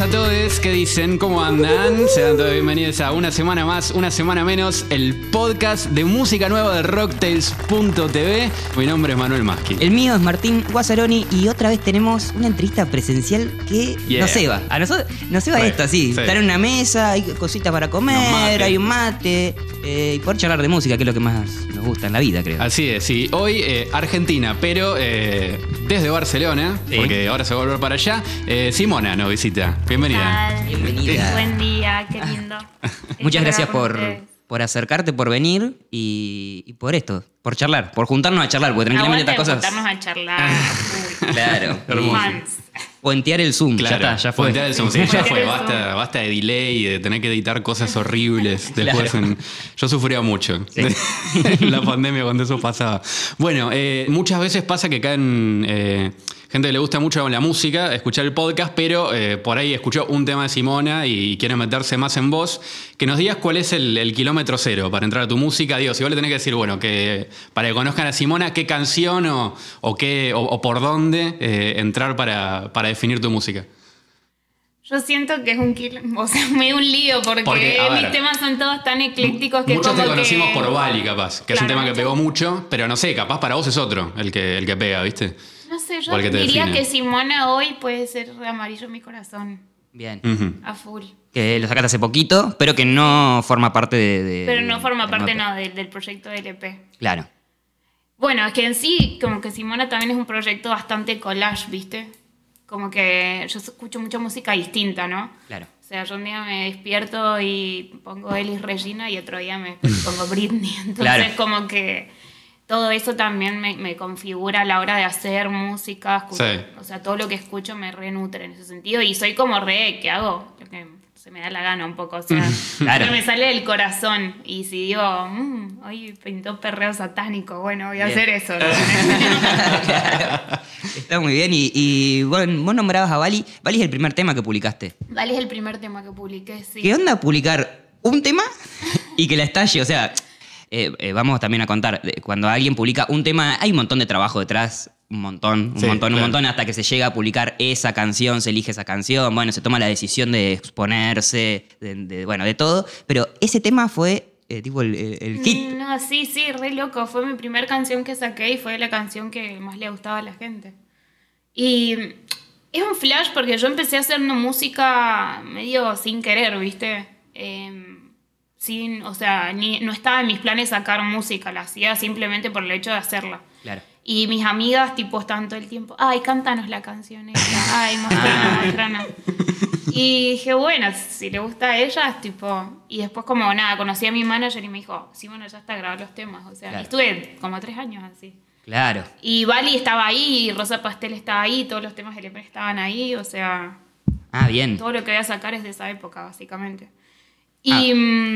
a todos, ¿qué dicen? ¿Cómo andan? Sean todos bienvenidos a una semana más, una semana menos, el podcast de música nueva de Rocktails.tv. Mi nombre es Manuel Maschi. El mío es Martín Guazzaroni y otra vez tenemos una entrevista presencial que nos ceba. A nosotros nos ceba esto, así. Estar en una mesa, hay cositas para comer, hay un mate y poder charlar de música, que es lo que más nos gusta en la vida, creo. Así es, sí. Hoy Argentina, pero desde Barcelona, sí, porque ahora se va a volver para allá. Simona nos visita. Bienvenida. Bienvenida. Buen día, qué lindo. Muchas gracias por acercarte, por venir y por esto, por charlar, por juntarnos a charlar, porque tranquilamente estas cosas... juntarnos a charlar. Claro. Fans. Puentear el Zoom, claro, ya fue. Puentear el Zoom, sí, ya fue. Basta de delay y de tener que editar cosas horribles después. Claro. Yo sufría mucho en la pandemia cuando eso pasaba. Bueno, muchas veces pasa que caen gente que le gusta mucho la música, escuchar el podcast, pero por ahí escuchó un tema de Simona y quiere meterse más en vos. Que nos digas cuál es el kilómetro cero para entrar a tu música. Digo, si vos le tenés que decir, bueno, que para que conozcan a Simona, qué canción o por dónde entrar para definir tu música. Yo siento que es medio un lío porque mis temas son todos tan eclécticos que muchos como te conocimos que... por Bali, capaz, que claro, es un tema que pegó mucho, pero no sé, capaz para vos es otro el que pega, ¿viste? No sé, yo diría que Simona hoy puede ser Amarillo en mi corazón. Bien. A full. Que lo sacaste hace poquito, pero que no forma parte de pero no forma parte del proyecto del EP. Claro. Bueno, es que en sí, como que Simona también es un proyecto bastante collage, ¿viste? Como que yo escucho mucha música distinta, ¿no? Claro. O sea, yo un día me despierto y pongo Elis Regina y otro día me pongo Britney. Entonces, claro, como que todo eso también me configura a la hora de hacer música. Sí. O sea, todo lo que escucho me renutre en ese sentido. Y soy como ¿qué hago? Lo que se me da la gana un poco. O sea, claro, me sale del corazón. Y si digo, hoy pintó perreo satánico, bueno, voy a hacer eso, ¿no? Claro. Está muy bien. Y bueno, vos nombrabas a Bali. Bali es el primer tema que publicaste. Bali es el primer tema que publiqué, sí. ¿Qué onda publicar un tema y que la estalle? O sea... vamos también a contar, cuando alguien publica un tema, hay un montón de trabajo detrás, un montón, hasta que se llega a publicar esa canción, se elige esa canción, bueno, se toma la decisión de exponerse, de todo, pero ese tema fue tipo el hit. No, sí, re loco, fue mi primer canción que saqué y fue la canción que más le gustaba a la gente. Y es un flash porque yo empecé haciendo música medio sin querer, ¿viste? O sea, no estaba en mis planes sacar música, la hacía simplemente por el hecho de hacerla. Claro. Y mis amigas, tipo, estaban todo el tiempo, ay, cántanos la canción esta, ay, mostranos. Y dije, bueno, si le gusta a ellas, tipo... Y después como, conocí a mi manager y me dijo, sí, bueno, ya está, grabado los temas. O sea, claro, estuve como 3 años así. Claro. Y Bali estaba ahí, y Rosa Pastel estaba ahí, todos los temas del EP estaban ahí, o sea... Bien. Todo lo que voy a sacar es de esa época, básicamente. Y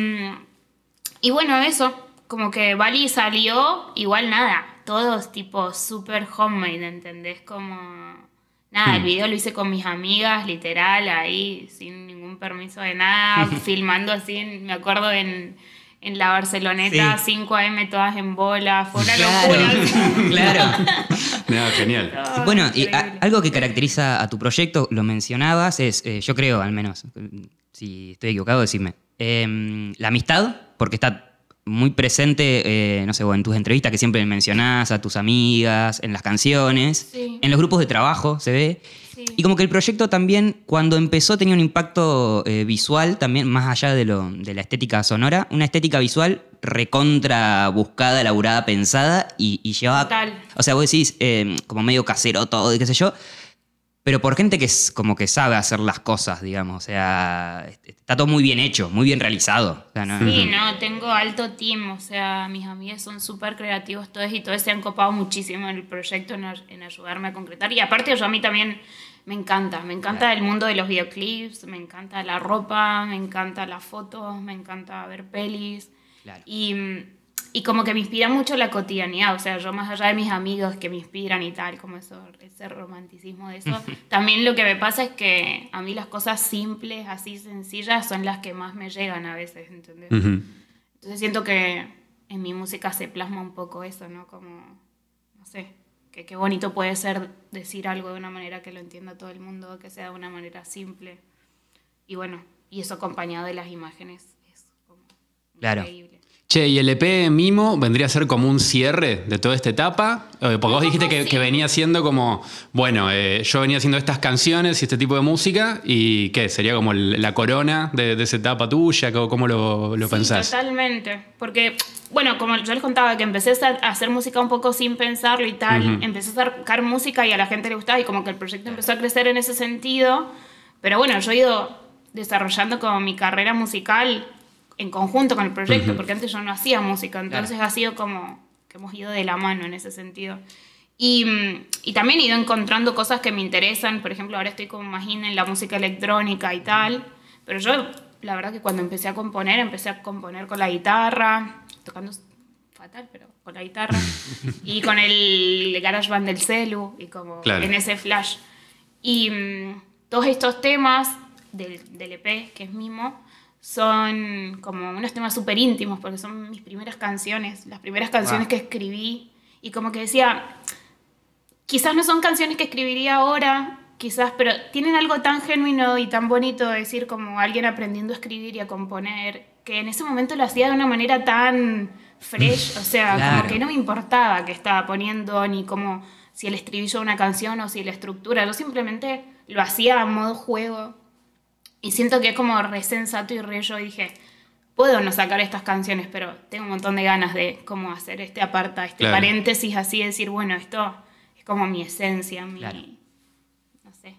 bueno, eso, como que Bali salió, igual todos tipo súper homemade, ¿entendés? Como, el video lo hice con mis amigas, literal, ahí, sin ningún permiso de nada, filmando así, me acuerdo en la Barceloneta, sí, 5 AM todas en bola, fue una locura. Claro. No, genial. Bueno, y algo que caracteriza a tu proyecto, lo mencionabas, es, yo creo al menos, si estoy equivocado, decime, la amistad, porque está muy presente, no sé, en tus entrevistas que siempre mencionás, a tus amigas, en las canciones, sí, en los grupos de trabajo se ve. Sí. Y como que el proyecto también, cuando empezó, tenía un impacto visual también, más allá de la estética sonora, una estética visual recontra buscada, elaborada, pensada y llevaba... Total. O sea, vos decís, como medio casero todo y qué sé yo, pero por gente que es como que sabe hacer las cosas, digamos. O sea, está todo muy bien hecho, muy bien realizado. O sea, sí, tengo alto team. O sea, mis amigas son súper creativos todos y todos se han copado muchísimo en el proyecto, en ayudarme a concretar. Y aparte, a mí también me encanta. Me encanta el mundo de los videoclips, me encanta la ropa, me encanta las fotos, me encanta ver pelis. Claro. Y como que me inspira mucho la cotidianidad, o sea, yo más allá de mis amigos que me inspiran y tal, como ese romanticismo de eso, también lo que me pasa es que a mí las cosas simples, así sencillas, son las que más me llegan a veces, ¿entendés? Entonces siento que en mi música se plasma un poco eso, ¿no? Como, no sé, que qué bonito puede ser decir algo de una manera que lo entienda todo el mundo, que sea de una manera simple. Y bueno, y eso acompañado de las imágenes es como Claro. increíble. Che, ¿y el EP Mimo vendría a ser como un cierre de toda esta etapa? Porque vos dijiste que venía siendo como, bueno, yo venía haciendo estas canciones y este tipo de música, y ¿qué? ¿Sería como la corona de esa etapa tuya? ¿Cómo lo Sí, pensás? totalmente. Porque, bueno, como yo les contaba, que empecé a hacer música un poco sin pensarlo y tal, empecé a sacar música y a la gente le gustaba y como que el proyecto empezó a crecer en ese sentido. Pero bueno, yo he ido desarrollando como mi carrera musical en conjunto con el proyecto, porque antes yo no hacía música, entonces ha sido como que hemos ido de la mano en ese sentido. Y también he ido encontrando cosas que me interesan, por ejemplo, ahora estoy como más en la música electrónica y tal, pero yo, la verdad que cuando empecé a componer con la guitarra, tocando fatal, pero con la guitarra, y con el GarageBand del celu, y como en ese flash. Y todos estos temas del EP, que es Mimo, son como unos temas súper íntimos, porque son mis primeras canciones, las primeras canciones que escribí. Y como que decía, quizás no son canciones que escribiría ahora, quizás, pero tienen algo tan genuino y tan bonito de decir como alguien aprendiendo a escribir y a componer, que en ese momento lo hacía de una manera tan fresh, o sea, como que no me importaba qué estaba poniendo, ni como si el estribillo de una canción o si la estructura, yo simplemente lo hacía a modo juego. Y siento que es como re sensato y re yo dije, puedo no sacar estas canciones, pero tengo un montón de ganas de como hacer este paréntesis así, decir, bueno, esto es como mi esencia, no sé.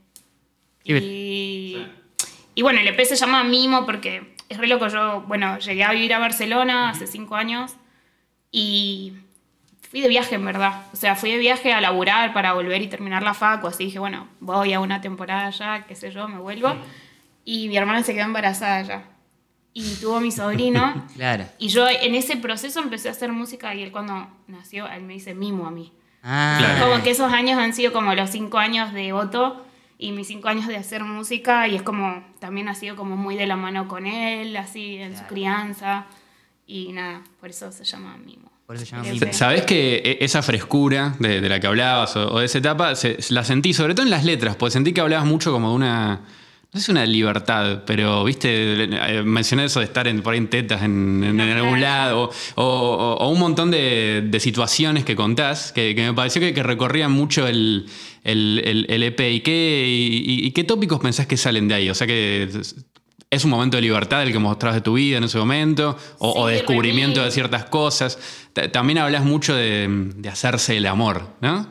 Y bueno, el EP se llama Mimo porque es re loco. Yo, bueno, llegué a vivir a Barcelona hace 5 años y fui de viaje, en verdad. O sea, fui de viaje a laburar para volver y terminar la facu, así dije, bueno, voy a una temporada ya, qué sé yo, me vuelvo. Y mi hermana se quedó embarazada ya. Y tuvo mi sobrino. Y yo en ese proceso empecé a hacer música y él cuando nació, él me dice Mimo a mí. Como que esos años han sido como los 5 años de Otto y mis 5 años de hacer música y es como, también ha sido como muy de la mano con él, así, en su crianza. Y nada, por eso se llama Mimo. Por eso se llama Mimo. ¿Sabés que esa frescura de la que hablabas o de esa etapa, la sentí sobre todo en las letras? Porque sentí que hablabas mucho como de una... No es una libertad, pero, viste, mencioné eso de estar por ahí en tetas en algún lado, o un montón de situaciones que contás, que me pareció que recorrían mucho el EP. ¿Y qué tópicos pensás que salen de ahí? O sea, que es un momento de libertad el que mostrás de tu vida en ese momento, o de descubrimiento de ciertas cosas. También hablas mucho de hacerse el amor, ¿no?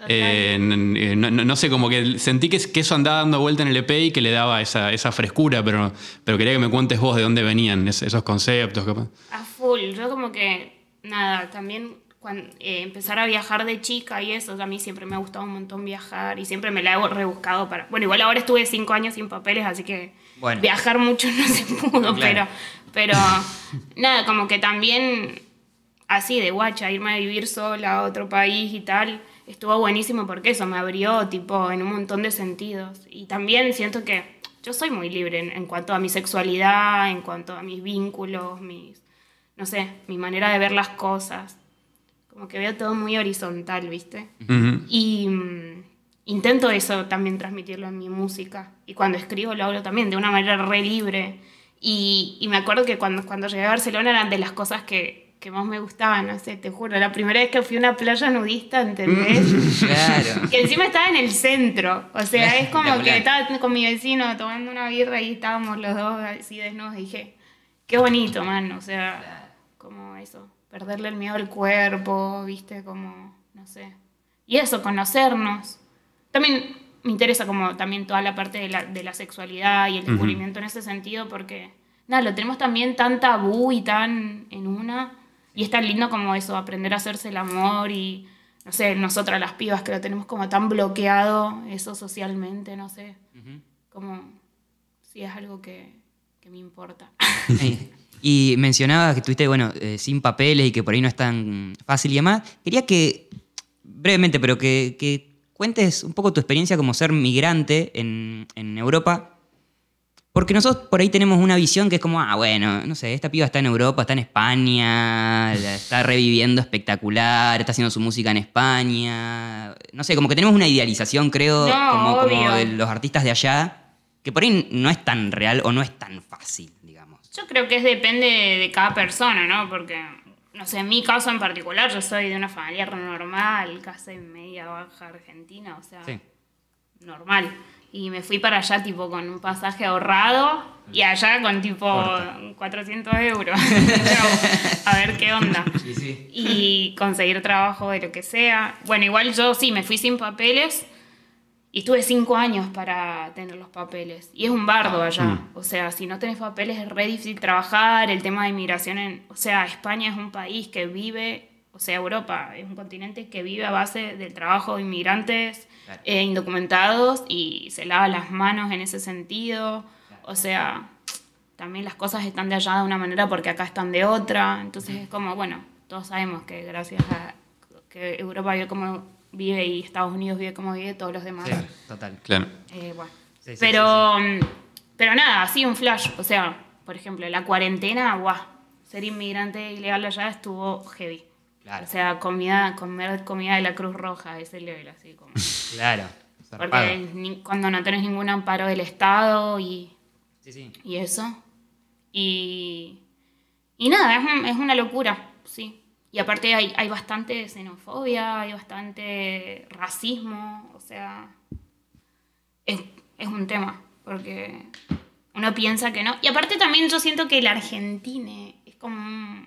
No sé, como que sentí que eso andaba dando vuelta en el EP y que le daba esa frescura, pero quería que me cuentes vos de dónde venían esos conceptos. A full, yo como que, nada, también empezar a viajar de chica y eso, a mí siempre me ha gustado un montón viajar y siempre me la he rebuscado para... Bueno, igual ahora estuve 5 años sin papeles, así que viajar mucho no se pudo, pero nada, como que también así de guacha, irme a vivir sola a otro país y tal... Estuvo buenísimo porque eso me abrió tipo en un montón de sentidos. Y también siento que yo soy muy libre en cuanto a mi sexualidad, en cuanto a mis vínculos, no sé, mi manera de ver las cosas. Como que veo todo muy horizontal, ¿viste? Y intento eso también transmitirlo en mi música. Y cuando escribo lo hago también de una manera re libre. Y me acuerdo que cuando llegué a Barcelona eran de las cosas que más me gustaban, no sé, te juro. La primera vez que fui a una playa nudista, ¿entendés? Claro. Que encima estaba en el centro. O sea, es como que estaba con mi vecino tomando una birra y estábamos los dos así desnudos. Y dije, qué bonito, man. O sea, como eso, perderle el miedo al cuerpo, ¿viste? Como, no sé. Y eso, conocernos. También me interesa como también toda la parte de la sexualidad y el descubrimiento en ese sentido, porque, nada, lo tenemos también tan tabú y tan en una... Y es tan lindo como eso, aprender a hacerse el amor y, no sé, nosotras las pibas que lo tenemos como tan bloqueado, eso socialmente, no sé. Como, sí, es algo que me importa. Y mencionabas que estuviste, bueno, sin papeles y que por ahí no es tan fácil y demás. Quería que, brevemente, pero que cuentes un poco tu experiencia como ser migrante en Europa. Porque nosotros por ahí tenemos una visión que es como, bueno, no sé, esta piba está en Europa, está en España, la está reviviendo espectacular, está haciendo su música en España. No sé, como que tenemos una idealización, creo, como de los artistas de allá. que por ahí no es tan real o no es tan fácil, digamos. Yo creo que depende de cada persona, ¿no? Porque, no sé, en mi caso en particular, yo soy de una familia normal, casi media baja argentina, o sea, Sí. normal. Y me fui para allá tipo con un pasaje ahorrado y allá con tipo Corta. 400 euros. A ver qué onda. Sí. Y conseguir trabajo de lo que sea. Bueno, igual yo sí, me fui sin papeles y estuve 5 años para tener los papeles. Y es un bardo allá. O sea, si no tenés papeles es re difícil trabajar. El tema de inmigración, o sea, España es un país que vive, o sea, Europa es un continente que vive a base del trabajo de inmigrantes Claro. indocumentados y se lava las manos en ese sentido. O sea, también las cosas están de allá de una manera porque acá están de otra. Entonces es como, bueno, todos sabemos que gracias a que Europa vive como vive y Estados Unidos vive como vive, todos los demás. Sí, total. Claro. Bueno. Sí, sí, Pero nada, así un flash. O sea, por ejemplo, la cuarentena, guau, ser inmigrante ilegal allá estuvo heavy. Claro. O sea, comer comida de la Cruz Roja, ese level, así como. Claro. Porque zarpado. cuando no tenés ningún amparo del Estado y Sí. eso. Y nada, es una locura, sí. Y aparte hay bastante xenofobia, hay bastante racismo, o sea, es un tema, porque uno piensa que no. Y aparte también yo siento que el argentino es como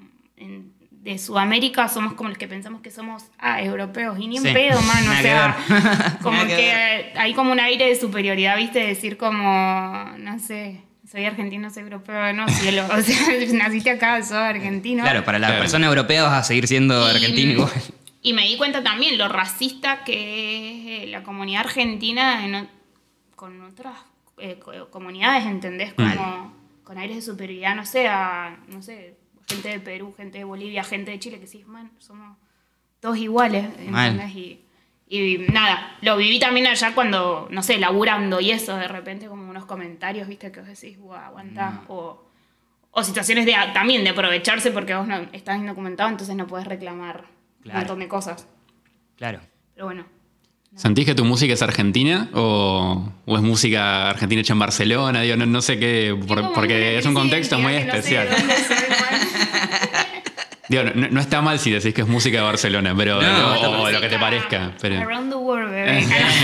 de Sudamérica somos como los que pensamos que somos europeos, y ni en Sí. pedo, mano, o Nada sea, que ver. como Nada que que hay como un aire de superioridad, ¿viste? Decir como, no sé, soy argentino, soy europeo, no, cielo, o sea, naciste acá, sos argentino. Claro, para la Claro. persona europea vas a seguir siendo argentino igual. Y me di cuenta también lo racista que es la comunidad argentina con otras comunidades, ¿entendés? Como con aires de superioridad, no sé, gente de Perú, gente de Bolivia, gente de Chile, que sí, man, somos todos iguales, ¿entendés? Y nada, lo viví también allá cuando, no sé, laburando y eso, de repente como unos comentarios, ¿viste? Que vos decís, guau, aguantá, o situaciones también de aprovecharse porque vos no estás indocumentado, entonces no podés reclamar un montón de cosas. Claro. Pero bueno. ¿Sentís que tu música es argentina o es música argentina hecha en Barcelona? Digo, no sé qué, porque es un contexto muy especial. Digo, no está mal si decís que es música de Barcelona, pero o lo que te parezca. Pero... Around the world, baby.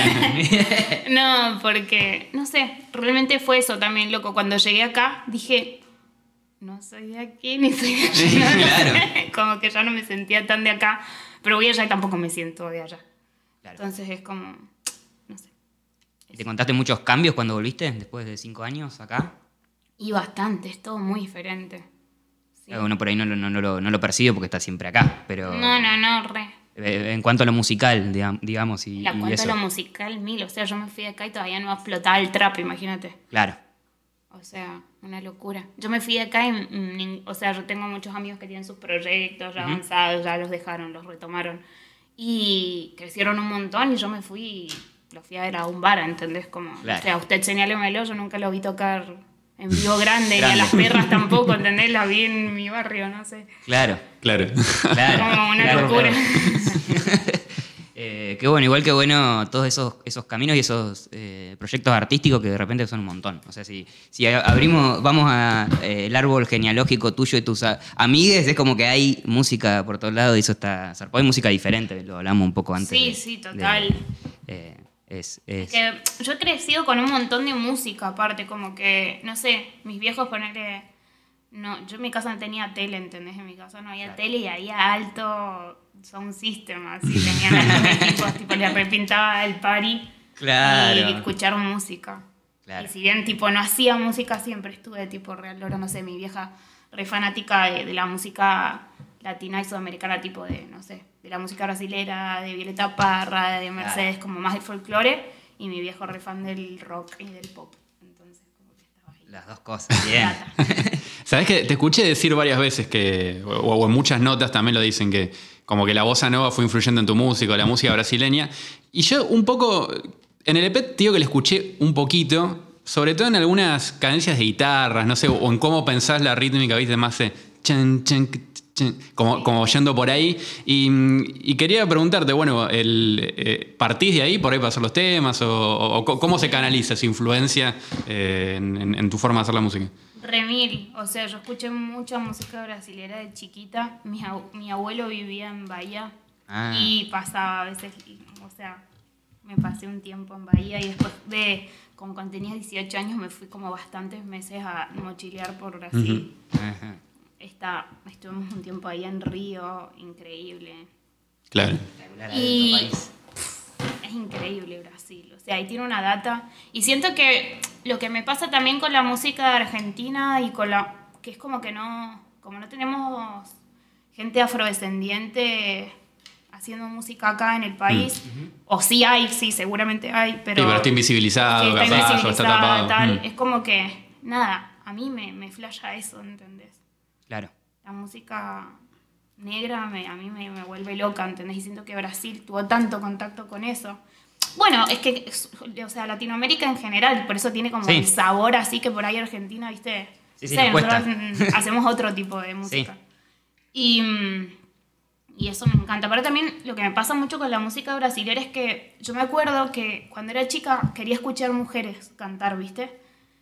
No, porque, no sé, realmente fue eso también, loco. Cuando llegué acá, dije, no soy de aquí ni soy de allá. Claro. Como que ya no me sentía tan de acá, pero voy allá y tampoco me siento de allá. Claro. Entonces es como, no sé. ¿Y te contaste muchos cambios cuando volviste después de 5 años acá? Y bastante, es todo muy diferente. Sí. Uno por ahí no lo percibe porque está siempre acá, pero... No, re. En cuanto a lo musical, digamos, y En cuanto eso. a lo musical, o sea, yo me fui de acá y todavía no explotaba el trap, imagínate. Claro. O sea, una locura. Yo me fui de acá o sea, yo tengo muchos amigos que tienen sus proyectos ya avanzados, ya los dejaron, los retomaron. Y crecieron un montón y yo me fui y los fui a ver a un bar, ¿entendés? Como, Claro. o sea, usted señálemelo, yo nunca lo vi tocar en vivo grande, ni a las perras tampoco, ¿entendés? Las vi en mi barrio, no sé. Claro. Claro. Claro. Como una Claro, locura. claro. Qué bueno, igual que bueno todos esos caminos y esos proyectos artísticos que de repente son un montón. O sea, si vamos a el árbol genealógico tuyo y tus amigues, es como que hay música por todos lados y eso está zarpado. Hay música diferente, lo hablamos un poco antes. Sí, total. Que yo he crecido con un montón de música aparte, como que, no sé, mis viejos ponerle... No, yo en mi casa no tenía tele, ¿entendés? En mi casa no había tele y había alto sound system, así tenían los equipos, tipo les repintaba el party Claro. y escuchar música. Claro. Y si bien tipo no hacía música, siempre estuve tipo real loro, no sé, mi vieja re fanática de la música latina y sudamericana, tipo de, no sé, de la música brasilera, de Violeta Parra, de Mercedes, como más del folclore, y mi viejo re fan del rock y del pop. Entonces como que estaba ahí. las dos cosas, bien. ¿Sabés que te escuché decir varias veces o en muchas notas también lo dicen, que como que la bossa nova fue influyendo en tu música, la música brasileña? Y yo un poco, en el EP te digo que le escuché un poquito, sobre todo en algunas cadencias de guitarras, no sé, o en cómo pensás la rítmica, viste, más chan, chan, Sí, como yendo por ahí. Y quería preguntarte, bueno, ¿partís de ahí por ahí para hacer los temas? ¿O cómo se canaliza esa influencia en tu forma de hacer la música? Remil, o sea, yo escuché mucha música brasilera de chiquita. Mi abuelo vivía en Bahía y pasaba a veces, o sea, me pasé un tiempo en Bahía y después como cuando tenía 18 años me fui como bastantes meses a mochilear por Brasil. Ajá. Estuvimos un tiempo ahí en Río, increíble. Claro. Y es increíble Brasil, o sea, ahí tiene una data. Y siento que lo que me pasa también con la música de Argentina y que es como que como no tenemos gente afrodescendiente haciendo música acá en el país, o sí hay, sí, seguramente hay, pero... Sí, pero está invisibilizado, está capaz, o está invisibilizada, tapado. tal. Es como que, nada, a mí me flasha eso, ¿entendés? Claro. La música negra a mí me vuelve loca, ¿entendés? Y siento que Brasil tuvo tanto contacto con eso. Bueno, es que, o sea, Latinoamérica en general, por eso tiene como el sabor así que por ahí Argentina, ¿viste? Sí, nosotros hacemos otro tipo de música. Sí. Y eso me encanta. Pero también lo que me pasa mucho con la música brasileña es que yo me acuerdo que cuando era chica quería escuchar mujeres cantar, ¿viste?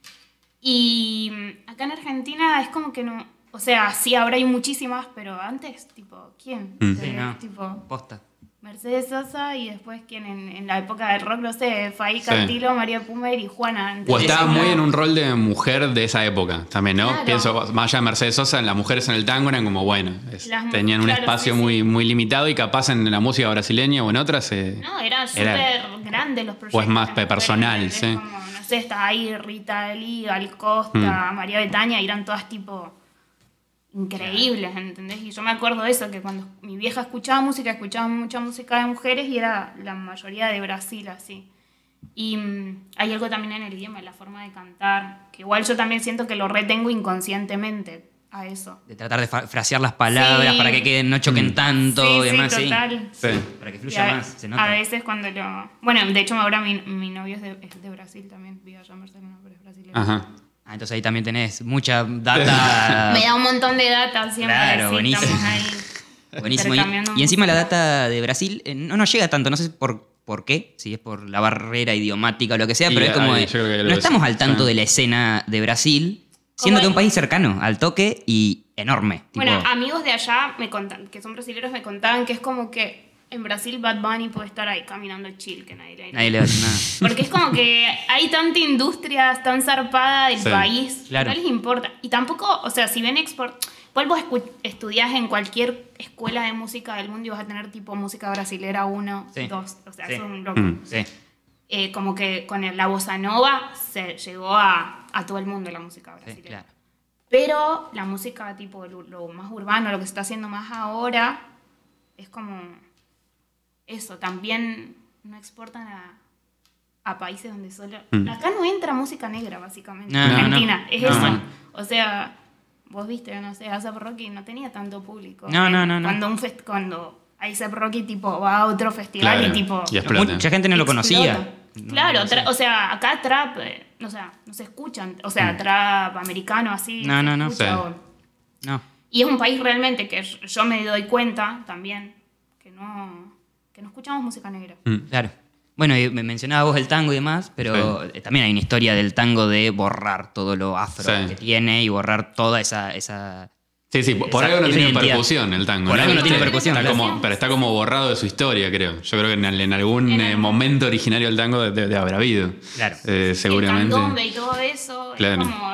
Y acá en Argentina es como que no... O sea, sí, ahora hay muchísimas, pero antes, tipo, ¿quién? Sí, no. Tipo, Posta. Mercedes Sosa y después, ¿quién? En la época del rock, no sé, Faí Cantilo, María Pumer y Juana. O estaba muy en un rol de mujer de esa época también, ¿no? Claro. Pienso, más allá de Mercedes Sosa, las mujeres en el tango eran como, bueno, tenían un espacio muy, muy limitado y capaz en la música brasileña o en otras... no, eran súper grandes los proyectos. Pues más personal, sí. Como, no sé, está ahí Rita Lee, Gal Costa, María Betaña, y eran todas tipo... increíbles, ¿entendés? Y yo me acuerdo de eso, que cuando mi vieja escuchaba mucha música de mujeres y era la mayoría de Brasil, así. Y hay algo también en el idioma, en la forma de cantar, que igual yo también siento que lo retengo inconscientemente a eso. De tratar de frasear las palabras para que no choquen tanto y demás, sí, total. Sí. Para que fluya más, se nota. A veces cuando Bueno, de hecho ahora mi novio es de Brasil también, vive allá en Barcelona, pero es brasileño. Ajá. Entonces ahí también tenés mucha data. Me da un montón de data siempre. Claro, sí, buenísimo. estamos ahí Buenísimo. intercambiando Y encima la música. data de Brasil no nos llega tanto, no sé por qué, si es por la barrera idiomática o lo que sea, pero es como yo creo que no lo estamos es. al tanto de la escena de Brasil, siendo que es un país cercano, al toque y enorme. Bueno, tipo, amigos de allá me contan, que son brasileños, me contaban que es como que en Brasil Bad Bunny puede estar ahí caminando chill, que nadie le nadie le va a decir nada. Porque es como que hay tanta industria tan zarpada del país, claro. no les importa. Y tampoco, o sea, si ven vos estudiás en cualquier escuela de música del mundo y vas a tener tipo música brasilera 1, 2, o sea, son locos. Sí, Como que con la bossa nova se llegó a todo el mundo la música sí, brasileña. claro. Pero la música tipo lo más urbano, lo que se está haciendo más ahora, es como eso, también no exportan a países donde solo... Acá no entra música negra, básicamente, No, en no, Argentina, no. es No, eso. no. O sea, vos viste, no sé, A$AP Rocky no tenía tanto público. No. Cuando A$AP Rocky tipo va a otro festival Claro, y tipo... y explota. Mucha gente no lo conocía. explota. Claro, o sea, acá trap, o sea, no se escuchan, o sea, trap americano así. No, se no, no. escucha, Sí. No. Y es un país realmente que yo me doy cuenta también que no escuchamos música negra. Claro. Bueno, y me mencionabas vos el tango y demás, pero también hay una historia del tango de borrar todo lo afro que tiene y borrar toda esa Sí, por algo no esa tiene identidad. percusión el tango. Por algo no tiene Está percusión, claro. pero está como borrado de su historia, creo. Yo creo que en algún momento originario del tango debe haber habido. Claro. Seguramente. El candombe y todo eso Claro. es como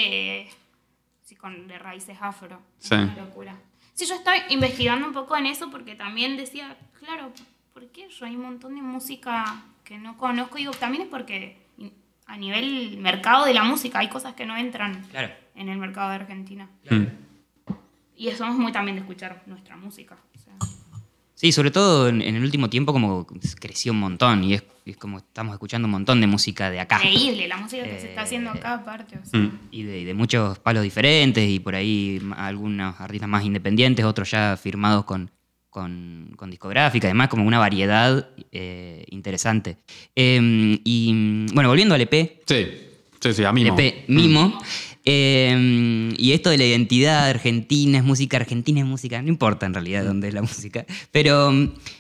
de raíces afro. Sí. Es una locura. Sí, yo estoy investigando un poco en eso porque también decía, claro, ¿por qué yo hay un montón de música que no conozco? Digo, también es porque a nivel mercado de la música hay cosas que no entran en el mercado de Argentina. Y somos muy también de escuchar nuestra música. O sea. Sí, sobre todo en el último tiempo como creció un montón y es como estamos escuchando un montón de música de acá. Increíble la música que se está haciendo acá aparte. O sea. Y de muchos palos diferentes y por ahí algunos artistas más independientes, otros ya firmados con discográfica, además como una variedad interesante. Y bueno, volviendo al EP. Sí, a Mimo. EP Mimo. Y esto de la identidad argentina es música, no importa en realidad dónde es la música, pero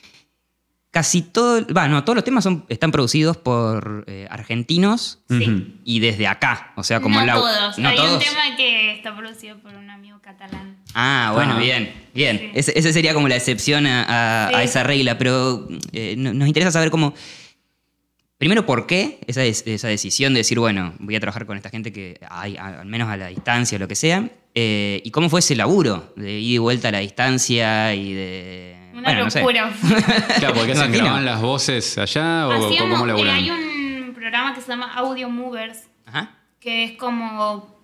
casi todo, todos los temas están producidos por argentinos Sí. y desde acá, o sea, como no todos. no Hay todos. un tema que está producido por un amigo catalán. Ah, bueno, Ah. bien. Sí. Ese sería como la excepción a Sí. esa regla, pero nos interesa saber cómo. Primero, ¿por qué esa decisión de decir, bueno, voy a trabajar con esta gente que hay, al menos a la distancia o lo que sea? ¿Y cómo fue ese laburo de ida y vuelta a la distancia y de. Una no sé. locura. Claro, porque Me se imagino. graban las voces allá o Hacíamos, cómo laburan. hay un programa que se llama Audio Movers, Ajá. que es como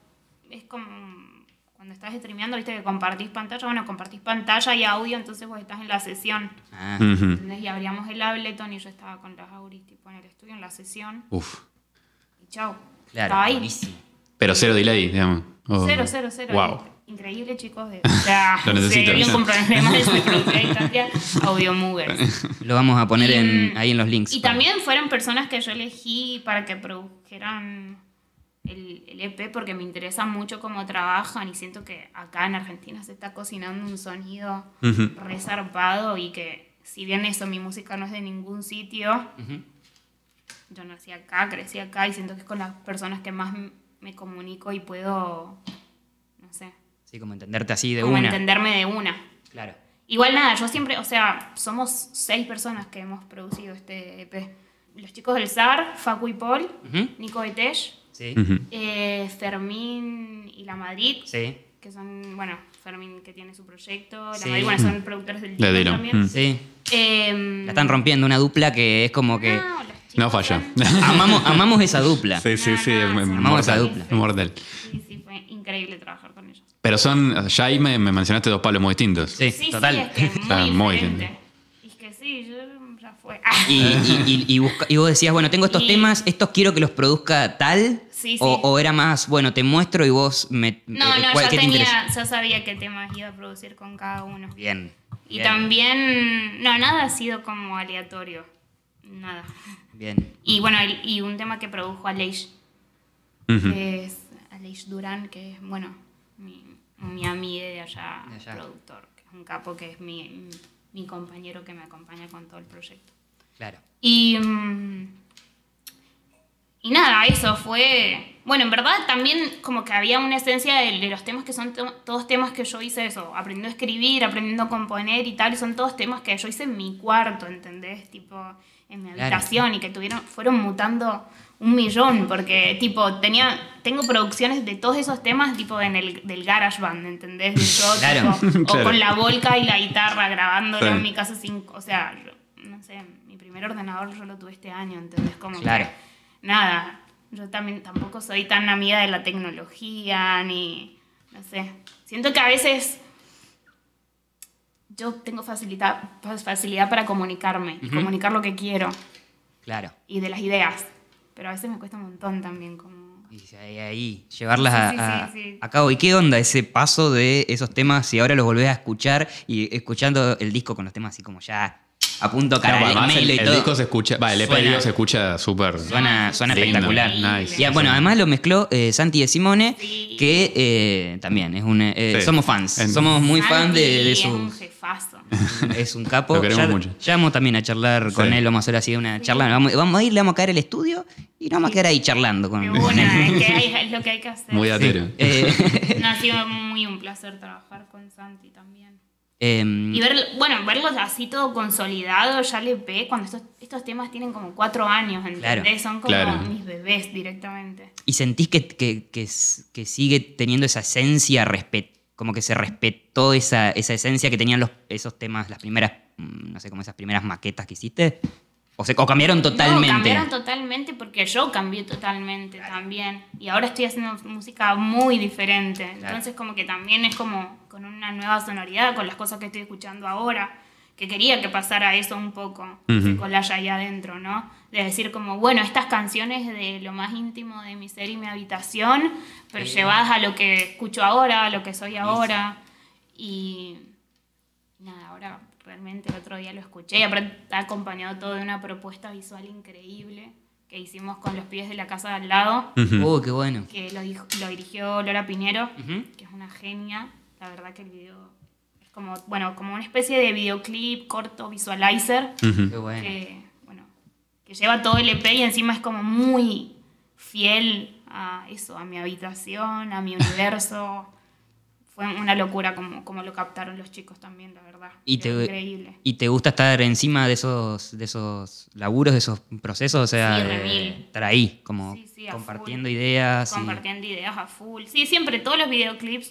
cuando estás streameando, viste que compartís pantalla. Bueno, compartís pantalla y audio, entonces vos estás en la sesión. Ah, Ujú. ¿Entendés? Y abríamos el Ableton y yo estaba con las auris tipo en el estudio, en la sesión. Uf. Y chau. claro. Estaba ahí. Buenísimo. Pero cero delay, digamos. O- Cero. Wow. Increíble, chicos. O sea, Lo necesito. si alguien con problemas de producción a distancia, Audio Movers. Lo vamos a poner ahí en los links. Y también fueron personas que yo elegí para que produjeran el EP porque me interesa mucho cómo trabajan y siento que acá en Argentina se está cocinando un sonido Ujú. resarpado y que si bien eso, mi música no es de ningún sitio, Ujú. yo nací acá, crecí acá y siento que es con las personas que más me comunico y puedo, no sé, Sí, como entenderte así de como una. entenderme de una. Claro. Igual nada, yo siempre, o sea, somos 6 personas que hemos producido este EP. Los chicos del SAR, Facu y Paul, Ujú. Nico Betesh, Sí. Ujú. Fermín y La Madrid, Sí. que son, bueno, Fermín que tiene su proyecto, La Sí. Madrid, bueno, son productores del De disco Dilo. también. Sí. Em, La están rompiendo, una dupla que es como que. no, los chicos No falla. son- Amamos esa dupla. Sí, sí, sí. No, es son Amamos esa mortal. dupla. Mortal. Sí, fue increíble trabajar con ellos. Pero son. Ya ahí me mencionaste dos palos muy distintos. Sí, Sí, total. sí, es que O sea, muy muy diferente. Y es que sí, yo ya fue. Y vos decías, bueno, tengo estos Y- temas, estos quiero que los produzca tal. Sí, sí. O era más, bueno, te muestro y vos me. No, ¿cuál- yo qué te interesa? ya sabía qué temas iba a producir con cada uno. Bien. Y bien, también, no, nada ha sido como aleatorio. Nada. Bien. Y bueno, y un tema que produjo Aleix, Ujú. que es Aleix Durán, que es, bueno, mi amigo de allá, De allá. productor, que es un capo, que es mi compañero que me acompaña con todo el proyecto. Claro. Y nada, eso fue... Bueno, en verdad también como que había una esencia de los temas que son todos temas que yo hice eso, aprendiendo a escribir, aprendiendo a componer y tal, y son todos temas que yo hice en mi cuarto, ¿entendés? Tipo, en mi Claro. habitación y que fueron mutando 1.000.000, porque tipo, tengo producciones de todos esos temas tipo del GarageBand, ¿entendés? De yo, Claro. tipo, Claro. o con la volca y la guitarra grabándolo Sí. en mi casa o sea, no sé, mi primer ordenador yo lo tuve este año, ¿entendés? Como Claro. que, nada, yo también tampoco soy tan amiga de la tecnología, ni, no sé, siento que a veces yo tengo facilidad para comunicarme y comunicar lo que quiero Claro. y de las ideas, pero a veces me cuesta un montón también como... Y ahí, llevarlas Sí, sí, a, sí, sí. a cabo. ¿Y qué onda ese paso de esos temas si ahora los volvés a escuchar y escuchando el disco con los temas así como ya a punto Claro, además caramelo y el todo? disco se escucha. Va, el EP Suena- digo, se escucha súper. Suena lindo, espectacular. nice. Y bueno, además lo mezcló Santi de Simone, Sí. que también es Sí. somos fans. En- Somos muy Santi fans de es un su. jefazo. Es un capo. Lo queremos ya, mucho. ya vamos también a charlar con Sí. él. Vamos a hacer así una charla. Vamos a ir, le vamos a caer al estudio y nos vamos a quedar ahí charlando con, De con una, él. es lo que hay que hacer. Muy atero. No, ha sido muy un placer trabajar con Santi también. Em, Y verlos así todo consolidado, ya le ve cuando estos temas tienen como 4 años, ¿entendés? Claro. Son como Claro. mis bebés directamente. ¿Y sentís que sigue teniendo esa esencia, como que se respetó esa esencia que tenían esos temas, las primeras, no sé, como esas primeras maquetas que hiciste? ¿O cambiaron totalmente? No, cambiaron totalmente porque yo cambié totalmente también. Y ahora estoy haciendo música muy diferente. Entonces como que también es como con una nueva sonoridad, con las cosas que estoy escuchando ahora. Que quería que pasara eso un poco, ese collage ahí adentro, ¿no? De decir como, bueno, estas canciones de lo más íntimo de mi ser y mi habitación, pero llevadas a lo que escucho ahora, a lo que soy ahora. Y nada, ahora realmente el otro día lo escuché y aparte está acompañado todo de una propuesta visual increíble. que hicimos con los pibes de la casa de al lado, Qué bueno. que lo dirigió Lola Pinero, Ujú. que es una genia. La verdad que el video es como una especie de videoclip corto visualizer Qué bueno. que lleva todo el EP y encima es como muy fiel a eso, a mi habitación, a mi universo. Fue una locura como lo captaron los chicos también, la verdad. Increíble. ¿Y te gusta estar encima de esos laburos, de esos procesos? O sea, Sí, re mil. estar ahí, como Sí, a compartiendo full. ideas. Compartiendo ideas a full. Sí, siempre, todos los videoclips,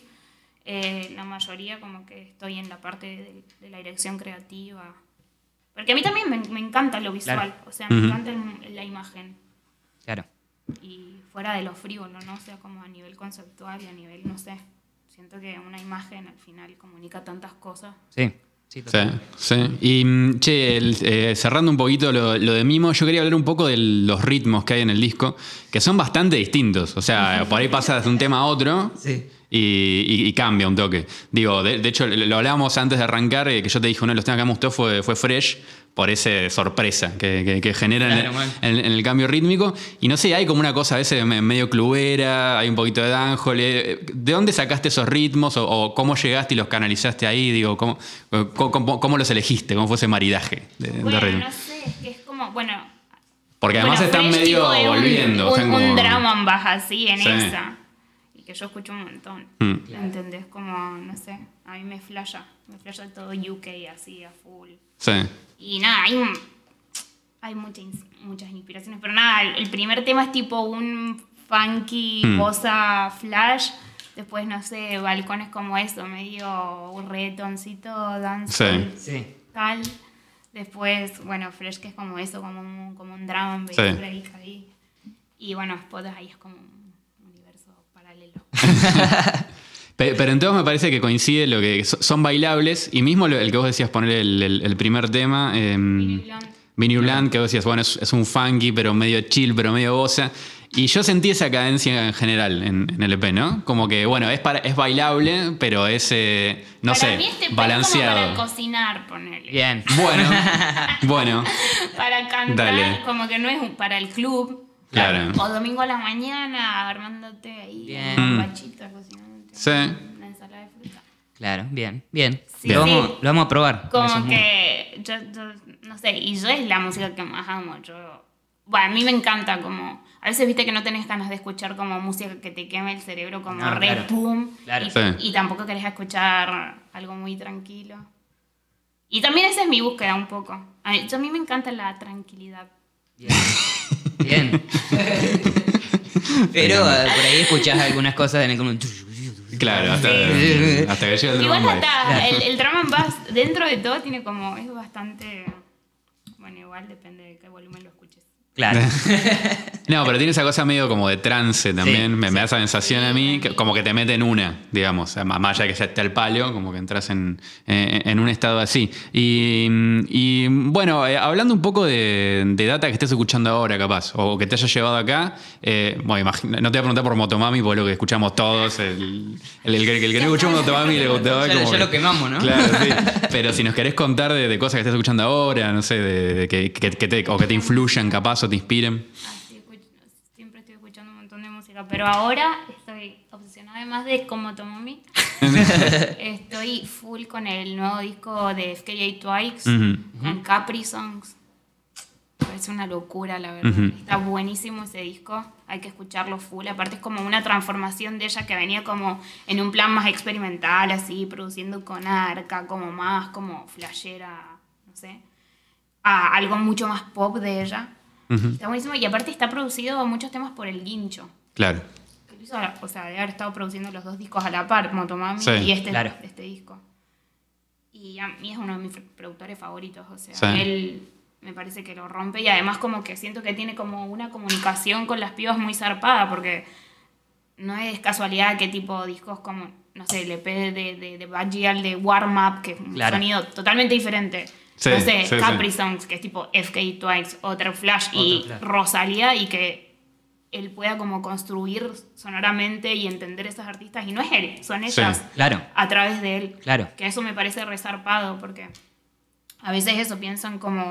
la mayoría como que estoy en la parte de la dirección creativa. Porque a mí también me encanta lo visual, Claro. o sea, me encanta la imagen. Claro. Y fuera de lo frívolo, ¿no? O sea, como a nivel conceptual y a nivel, no sé. Siento que una imagen al final comunica tantas cosas. Sí. Sí, Sí, totalmente. sí. Y, cerrando un poquito lo de Mimo, yo quería hablar un poco de los ritmos que hay en el disco, que son bastante distintos. O sea, por ahí pasas de un tema a otro Sí. y cambia un toque. Digo, de hecho, lo hablábamos antes de arrancar, que yo te dije, uno de los temas que me gustó fue Fresh, por esa sorpresa que genera Claro, man. en el cambio rítmico. Y no sé, hay como una cosa a veces medio clubera, hay un poquito de dancehall. ¿De dónde sacaste esos ritmos o cómo llegaste y los canalizaste ahí? Digo, ¿cómo los elegiste? ¿Cómo fue ese maridaje de Bueno, ritmo? no sé, es que es como, Porque además están Fresh, medio tipo, es volviendo. están un como- drama en baja así, en Sí. esa. Y que yo escucho un montón. Mm. ¿Entendés? Como, no sé, a mí me flasha todo UK así, a full. Sí. Y nada, hay muchas inspiraciones, pero nada, el primer tema es tipo un funky, bossa flash. Después, no sé, balcones como eso, medio un reggaetoncito, dance, Sí. tal. Después, bueno, Fresh, que es como eso, como un drum and bass Sí. break ahí. Y bueno, Spot ahí es como un universo paralelo. Pero entonces me parece que coincide lo que son bailables y mismo el que vos decías poner el primer tema, Vinny Blunt. Vinny Blunt, que vos decías, bueno, es un funky, pero medio chill, pero medio bossa. Y yo sentí esa cadencia en general en el EP, ¿no? Como que, bueno, es bailable, pero es, no Para sé, mí este balanceado. es como para cocinar, ponele. Bien. Bueno, Para cantar, Dale. como que no es para el club. Claro. O domingo a la mañana, armándote ahí Bien. un bachito, cocinándote Sí. una ensalada de fruta. Claro, bien. Bien. Sí, Lo, sí. vamos a probar. en esos Como moods. que, yo, no sé, y yo es la música que más amo. Bueno, a mí me encanta como... A veces viste que no tenés ganas de escuchar como música que te queme el cerebro como No, re claro. pum. Claro. Y, Sí. y tampoco querés escuchar algo muy tranquilo. Y también esa es mi búsqueda un poco. A mí me encanta la tranquilidad. Bien. Bien. Pero por ahí escuchás algunas cosas en el como... claro, hasta que llega el drum Igual and bass. hasta el drum and bass, dentro de todo, tiene como... Es bastante... Bueno, igual depende de qué volumen lo escuches. Claro. No, pero tiene esa cosa medio como de trance también. Sí, me da esa sensación a mí, Sí. como que te mete en una, digamos. Más allá de que ya esté al palo, como que entras en un estado así. Y bueno, hablando un poco de data que estés escuchando ahora, capaz, o que te haya llevado acá. Bueno, no te voy a preguntar por Motomami, porque es lo que escuchamos todos. El que no escuchó Motomami le gustaba. Ya lo quemamos, ¿no? Claro, sí. Pero si nos querés contar de cosas que estés escuchando ahora, no sé, que te influyan capaz o te inspiren. Siempre estoy escuchando un montón de música, pero ahora estoy obsesionada además de Como Tomomi. Estoy full con el nuevo disco de FKA Twice, con Capri Songs. Es una locura, la verdad. Está buenísimo ese disco, hay que escucharlo full. Aparte es como una transformación de ella que venía como en un plan más experimental, así, produciendo con arca, como más como flashera, no sé, a algo mucho más pop de ella. Está buenísimo y aparte está producido muchos temas por el Guincho. Claro. Que lo hizo, o sea, de haber estado produciendo los dos discos a la par, Motomami Sí, y este claro. disco. Y a mí es uno de mis productores favoritos, o sea, Sí. él me parece que lo rompe y además como que siento que tiene como una comunicación con las pibas muy zarpada, porque no es casualidad que tipo discos como, no sé, el EP de Bad Gyal de Warm Up, que es un Claro. sonido totalmente diferente. Sí, no sé, sí, Capri sí. Songs, que es tipo FKA Twice, Other Flash y Flash. Rosalía, y que él pueda como construir sonoramente y entender esas artistas, y no es él, son ellas Claro. a través de él. Claro. Que eso me parece resarpado, porque a veces eso piensan como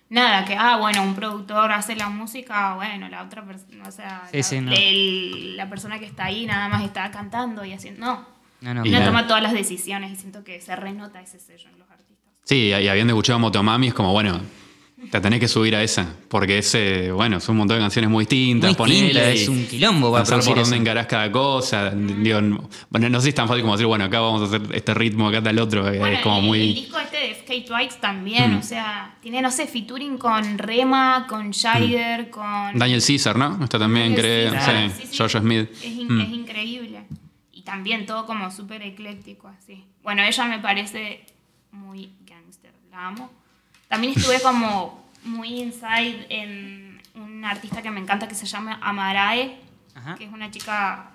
nada, que, bueno, un productor hace la música, bueno, la otra persona, o sea, Sí, no. la persona que está ahí nada más está cantando y haciendo, No, Y uno la- toma todas las decisiones y siento que se renota ese sello en los artistas. Sí, y habiendo escuchado Motomami es como, bueno, te tenés que subir a esa, porque bueno, son un montón de canciones muy distintas, Muy distinta, ponele, es y un quilombo para pensar por producir dónde eso. encarás cada cosa. Digo, bueno, no sé si es tan fácil como decir, bueno, acá vamos a hacer este ritmo, acá está el otro, Bueno, es como el muy... disco este de FK Twice también, o sea, tiene, no sé, featuring con Rema, con Shider, con... Daniel Caesar, ¿no? Está también, Daniel creo, Caesar, sí, Jojo Smith. Es increíble. Y también todo como súper ecléctico, así. Bueno, ella me parece muy gangster, la amo. También estuve como muy inside en un artista que me encanta que se llama Amarae, Ajá. que es una chica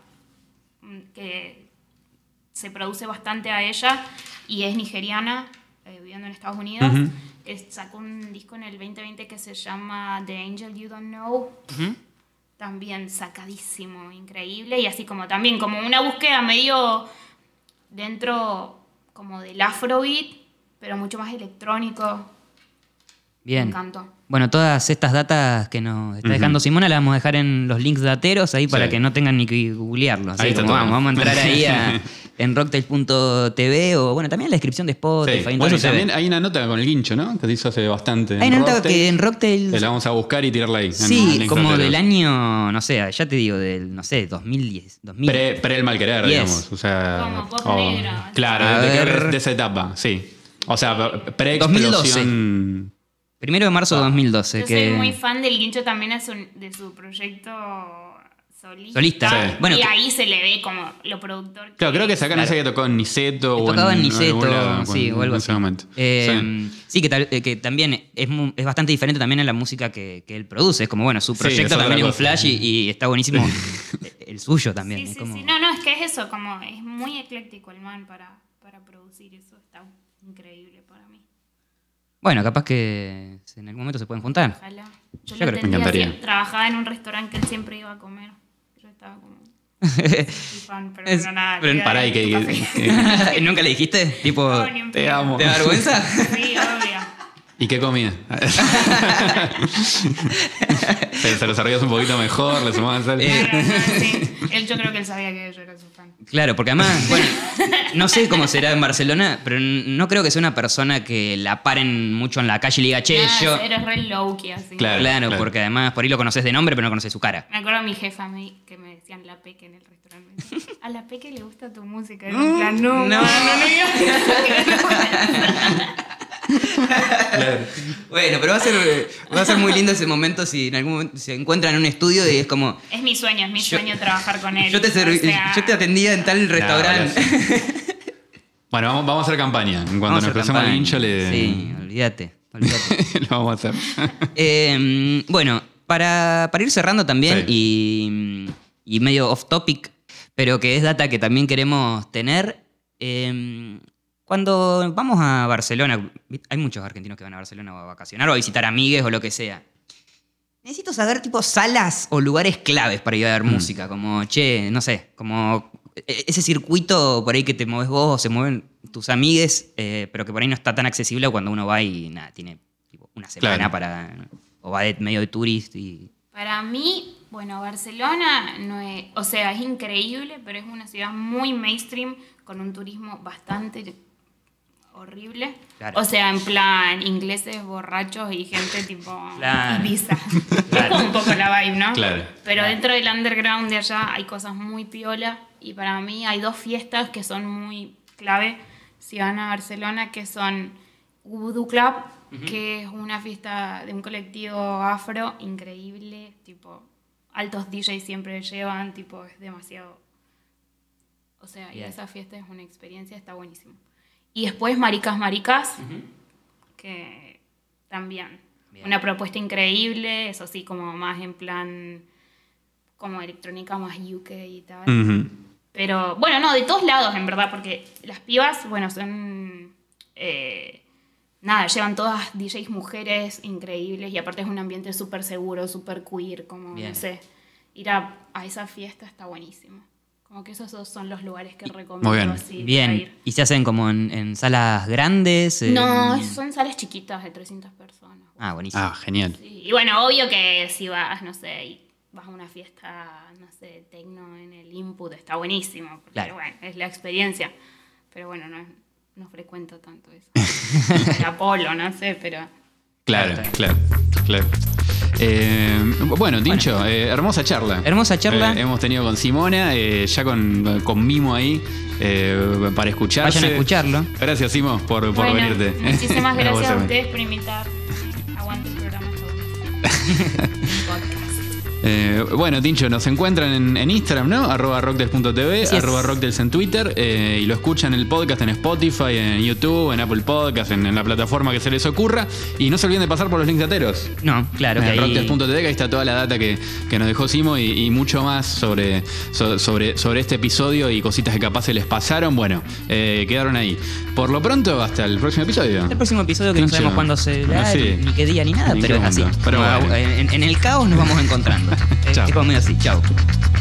que se produce bastante a ella y es nigeriana, viviendo en Estados Unidos, que sacó un disco en el 2020 que se llama The Angel You Don't Know. También sacadísimo, increíble, y así como también como una búsqueda medio dentro como del afrobeat, pero mucho más electrónico. Bien. Me encantó. Bueno, todas estas datas que nos está dejando Simona las vamos a dejar en los links dateros ahí para Sí. que no tengan ni que googlearlo. Así Ahí está como todo. vamos a entrar ahí en rocktail.tv o bueno, también en la descripción de Spotify. Sí. en todo Bueno, y eso se ve. también hay una nota con el guincho, ¿no? Que se hizo hace bastante. Hay una nota que en Rocktail... Te la vamos a buscar y tirarla ahí. en Sí, links como laterales. del año, no sé, ya te digo, del, no sé, 2010. 2000. Pre el mal querer, Yes. digamos. O sea, Como post negro. Claro, A de ver. esa etapa, sí. O sea, pre-explosión. 1 de marzo de 2012. Yo que... soy muy fan del Guincho también de su proyecto solista. Solista. Sí. Bueno, y que- ahí se le ve como lo productor. Claro, creo que sacaron Claro. esa que tocó en Niceto o Tocaba en algún Niceto, lado, sí, o algo en así. ese momento. Sí, que también es bastante diferente también en la música que él produce. Es como, bueno, su Sí, proyecto es otra también es un cosa. flash y está buenísimo el suyo también. Sí, es sí, como- sí. No, es que es eso, como es muy ecléctico el man para producir eso. Está increíble para mí. Bueno, capaz que en algún momento se pueden juntar. Ojalá. Yo Yo creo lo que entendía me encantaría. así. Trabajaba en un restaurante que él siempre iba a comer. Yo estaba como... soy fan, pero Es- no nada. pero queda Pará, ahí y tu café. ¿Nunca le dijiste? Tipo, No, ni en te pedo. amo. ¿te da vergüenza? Sí, obvio. ¿Y qué comía? Se lo servías un poquito mejor, le sumabas sal. Claro, no, sí. Yo creo que él sabía que yo era su fan. Claro, porque además, bueno, no sé cómo será en Barcelona, pero no creo que sea una persona que la paren mucho en la calle y le diga, che, yo... Eres re low-key así. Claro. Claro, porque además por ahí lo conoces de nombre, pero no conoces su cara. Me acuerdo a mi jefa que me decían la Peque en el restaurante. Me decía, a la Peque le gusta tu música. Y yo en plan, no Bueno, pero va a ser muy lindo ese momento si en algún momento se encuentran en un estudio y es como... Es mi sueño trabajar con él. Yo te atendía en tal restaurante. Bueno, vamos a hacer campaña. En cuanto Vamos a nos hacer crucemos al campaña. hincho, Sí, olvídate. lo vamos a hacer. Bueno, para ir cerrando también y medio off topic, pero que es data que también queremos tener. Cuando vamos a Barcelona, hay muchos argentinos que van a Barcelona a vacacionar o a visitar amigues o lo que sea. Necesito saber tipo salas o lugares claves para ir a ver música, como, che, no sé, como ese circuito por ahí que te mueves vos o se mueven tus amigues, pero que por ahí no está tan accesible cuando uno va y nada, tiene tipo, una semana Claro. o va de medio de turista y... Para mí, bueno, Barcelona no es, o sea, es increíble, pero es una ciudad muy mainstream con un turismo bastante horrible. Claro. O sea, en plan, ingleses borrachos y gente tipo Claro. Ibiza. Claro. Es como un poco la vibe, ¿no? Claro. Pero dentro del underground de allá hay cosas muy piola y para mí hay dos fiestas que son muy clave si van a Barcelona, que son Voodoo Club, que es una fiesta de un colectivo afro increíble, tipo, altos DJs siempre llevan, tipo, es demasiado... O sea, y Bien. esa fiesta es una experiencia, está buenísimo. Y después Maricas, que también, Bien. una propuesta increíble, eso sí, como más en plan, como electrónica más UK y tal. Ujú. Pero, bueno, no, de todos lados, en verdad, porque las pibas, bueno, son... nada, llevan todas DJs mujeres increíbles y aparte es un ambiente súper seguro, súper queer, como, Bien. no sé. Ir a esa fiesta está buenísimo. Como que esos dos son los lugares que Muy recomiendo bien. así para Bien. ir. ¿Y se hacen como en salas grandes? No, son salas chiquitas de 300 personas. Ah, buenísimo. Ah, genial. Sí, y bueno, obvio que si vas, no sé, y vas a una fiesta, no sé, tecno en el Input, está buenísimo. Porque, Claro. bueno, es la experiencia. Pero bueno, no frecuento tanto eso. El Apolo, no sé, pero... Claro. Bueno, Tincho, hermosa charla. Hermosa charla. Hemos tenido con Simona, ya con Mimo ahí, para escucharse. Vayan a escucharlo. Gracias, Simo, por Bueno, venirte. muchísimas vos gracias a también. ustedes por invitar. Aguante el programa. Podcast. Bueno, Tincho, nos encuentran en Instagram, ¿no? @rockdels.tv, Así es. @rockdels en Twitter, y lo escuchan el podcast en Spotify, en YouTube, en Apple Podcast, en la plataforma que se les ocurra. Y no se olviden de pasar por los links lateros. No, claro que En ahí... rockdels.tv, que ahí está toda la data que nos dejó Simo y mucho más sobre este episodio y cositas que capaz se les pasaron. Bueno, quedaron ahí. Por lo pronto, hasta el próximo episodio. El próximo episodio que no Tincho. sabemos cuándo se da, Ah, sí. ni qué día ni nada, Ni pero qué es así. onda. Pero bueno. En el caos nos vamos encontrando. Chao. Es como medio así. Chao.